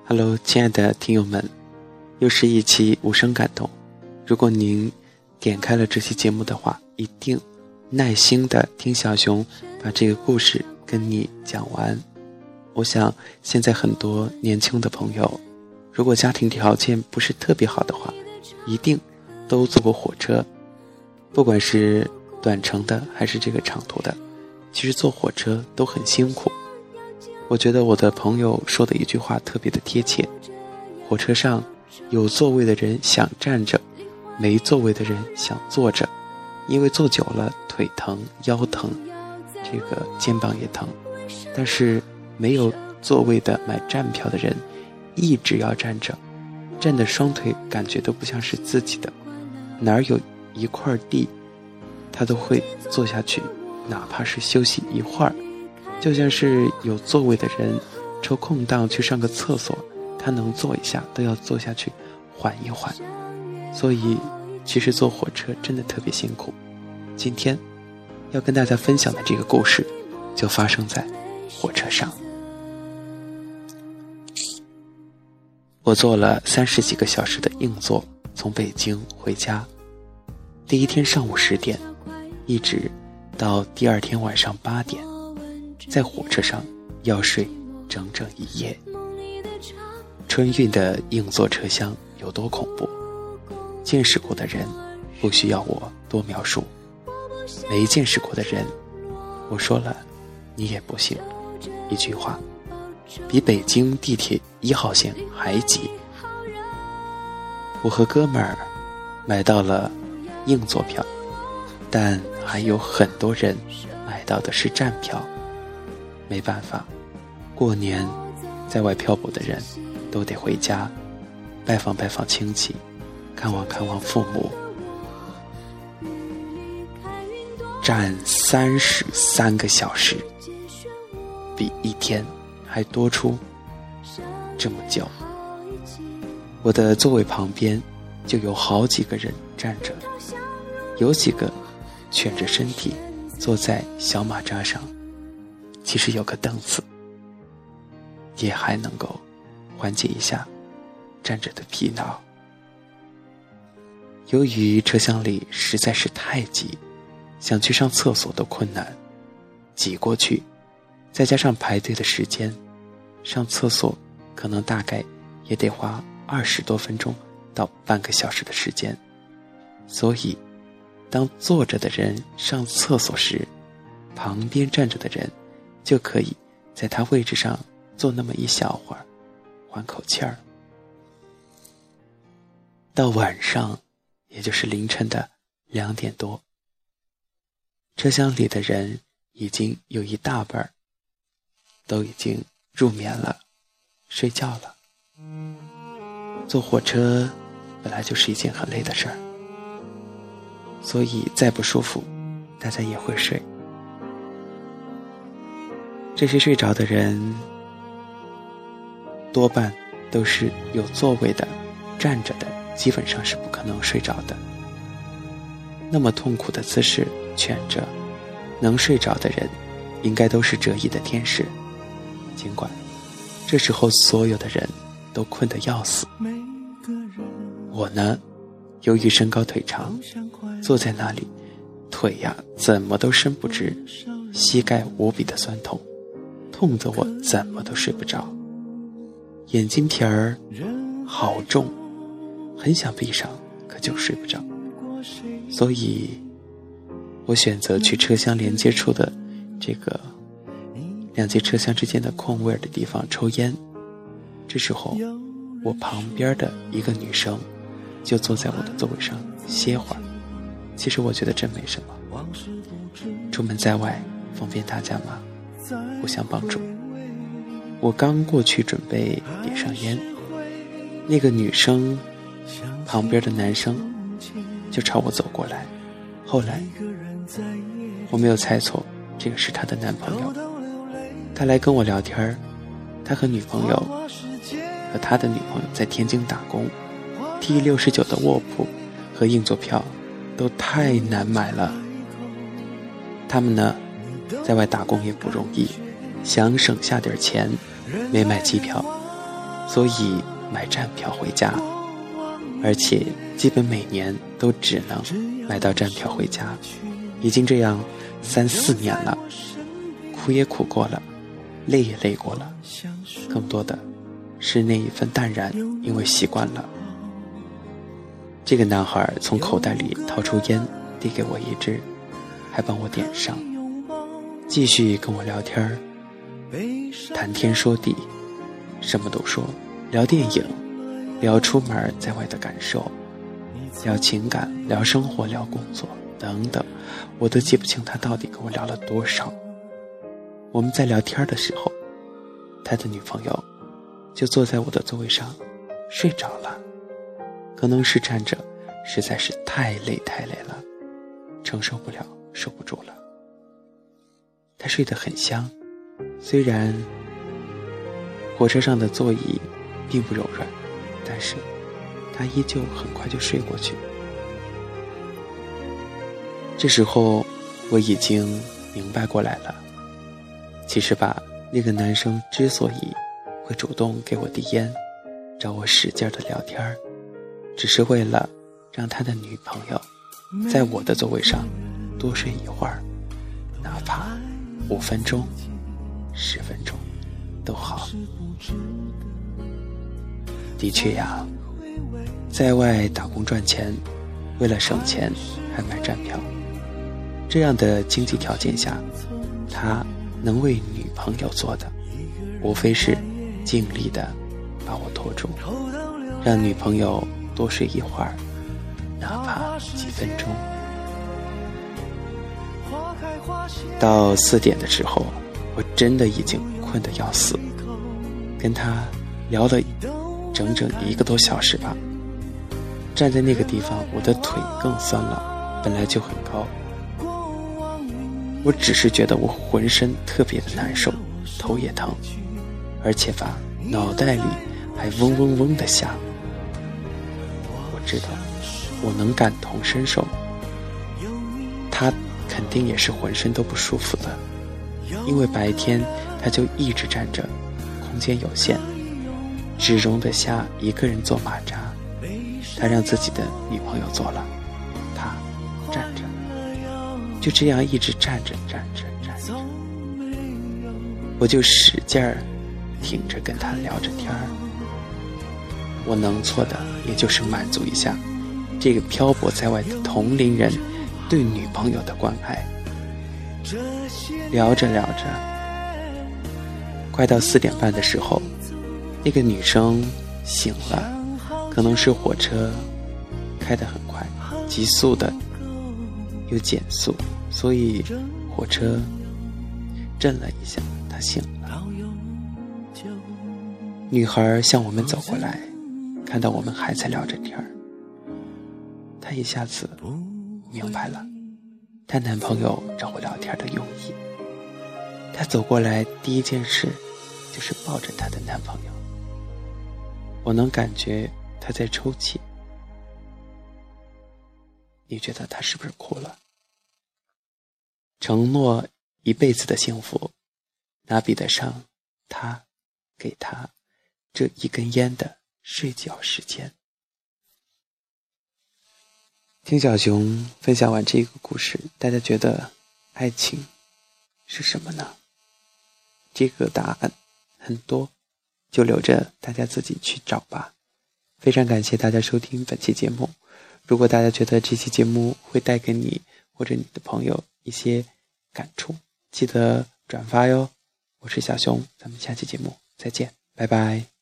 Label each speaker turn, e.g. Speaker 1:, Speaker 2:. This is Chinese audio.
Speaker 1: Hello， 亲爱的听友们，又是一期无声感动。如果您点开了这期节目的话，一定耐心的听小熊把这个故事跟你讲完。我想现在很多年轻的朋友，如果家庭条件不是特别好的话，一定都坐过火车，不管是短程的还是这个长途的，其实坐火车都很辛苦。我觉得我的朋友说的一句话特别的贴切，火车上有座位的人想站着，没座位的人想坐着，因为坐久了腿疼腰疼，这个肩膀也疼，但是没有座位的买站票的人一直要站着，站的双腿感觉都不像是自己的，哪儿有一块地他都会坐下去，哪怕是休息一会儿，就像是有座位的人抽空档去上个厕所，他能坐一下都要坐下去缓一缓。所以其实坐火车真的特别辛苦。今天要跟大家分享的这个故事就发生在火车上。我坐了30几个小时的硬座从北京回家，第一天上午10点一直到第二天晚上8点，在火车上要睡整整一夜。春运的硬座车厢有多恐怖，见识过的人不需要我多描述，没见识过的人我说了你也不信。一句话，比北京地铁1号线还挤。我和哥们儿买到了硬座票，但还有很多人买到的是站票。没办法，过年在外漂泊的人都得回家拜访拜访亲戚，看望看望父母。站33个小时，比一天还多出这么久。我的座位旁边就有好几个人站着，有几个蜷着身体坐在小马扎上，其实有个凳子也还能够缓解一下站着的疲劳。由于车厢里实在是太挤，想去上厕所都困难，挤过去再加上排队的时间，上厕所可能大概也得花20多分钟到半个小时的时间。所以当坐着的人上厕所时，旁边站着的人就可以在他位置上坐那么一小会儿，缓口气儿。到晚上，也就是凌晨的2点多，车厢里的人已经有一大半都已经入眠了，睡觉了。坐火车本来就是一件很累的事儿，所以再不舒服大家也会睡。这些睡着的人多半都是有座位的，站着的基本上是不可能睡着的。那么痛苦的姿势蜷着，能睡着的人应该都是折翼的天使。尽管这时候所有的人都困得要死，我呢，由于身高腿长，坐在那里腿呀怎么都伸不直，膝盖无比的酸痛，痛得我怎么都睡不着，眼睛皮儿好重，很想闭上，可就睡不着。所以我选择去车厢连接处的这个2节车厢之间的空位的地方抽烟。这时候我旁边的一个女生就坐在我的座位上歇会儿。其实我觉得这没什么，出门在外方便大家嘛，互相帮助。我刚过去准备点上烟，那个女生旁边的男生就朝我走过来，后来我没有猜错，这个是他的男朋友。他来跟我聊天，他和他的女朋友在天津打工， T69 的卧铺和硬座票都太难买了。他们呢，在外打工也不容易，想省下点钱，没买机票， 所以买站票回家，而且基本每年都只能买到站票回家，已经这样3、4年了，苦也苦过了，累也累过了，更多的是那一份淡然，因为习惯了。这个男孩从口袋里掏出烟，递给我一支，还帮我点上，继续跟我聊天，谈天说地，什么都说，聊电影，聊出门在外的感受，聊情感，聊生活，聊工作等等，我都记不清他到底跟我聊了多少。我们在聊天的时候，他的女朋友就坐在我的座位上睡着了，可能是站着实在是太累了，承受不了，受不住了。他睡得很香，虽然火车上的座椅并不柔软，但是他依旧很快就睡过去。这时候我已经明白过来了，其实吧，那个男生之所以会主动给我递烟，找我使劲的聊天，只是为了让他的女朋友在我的座位上多睡一会儿，哪怕5分钟、10分钟都好。的确呀，在外打工赚钱，为了省钱还买站票，这样的经济条件下，他能为女朋友做的无非是尽力的把我拖住，让女朋友多睡一会儿，哪怕几分钟。到4点的时候，我真的已经困得要死，跟他聊了整整1个多小时吧。站在那个地方，我的腿更酸了，本来就很高，我只是觉得我浑身特别的难受，头也疼，而且吧，脑袋里还嗡嗡嗡的响。我知道我能感同身受，他肯定也是浑身都不舒服的，因为白天他就一直站着，空间有限，只容得下一个人坐马扎，他让自己的女朋友坐了，他站着，就这样一直站着，我就使劲儿挺着跟他聊着天儿。我能做的也就是满足一下这个漂泊在外的同龄人对女朋友的关爱。聊着聊着，快到4点半的时候，那个女生醒了，可能是火车开得很快，急速的又减速，所以火车震了一下，她醒了。女孩向我们走过来，看到我们还在聊着天儿，她一下子明白了她男朋友找我聊天的用意。她走过来第一件事就是抱着她的男朋友，我能感觉她在抽泣。你觉得她是不是哭了？承诺一辈子的幸福，哪比得上她给她这1根烟的睡觉时间？听小熊分享完这个故事，大家觉得爱情是什么呢？这个答案很多，就留着大家自己去找吧。非常感谢大家收听本期节目，如果大家觉得这期节目会带给你或者你的朋友一些感触，记得转发哟。我是小熊，咱们下期节目再见，拜拜。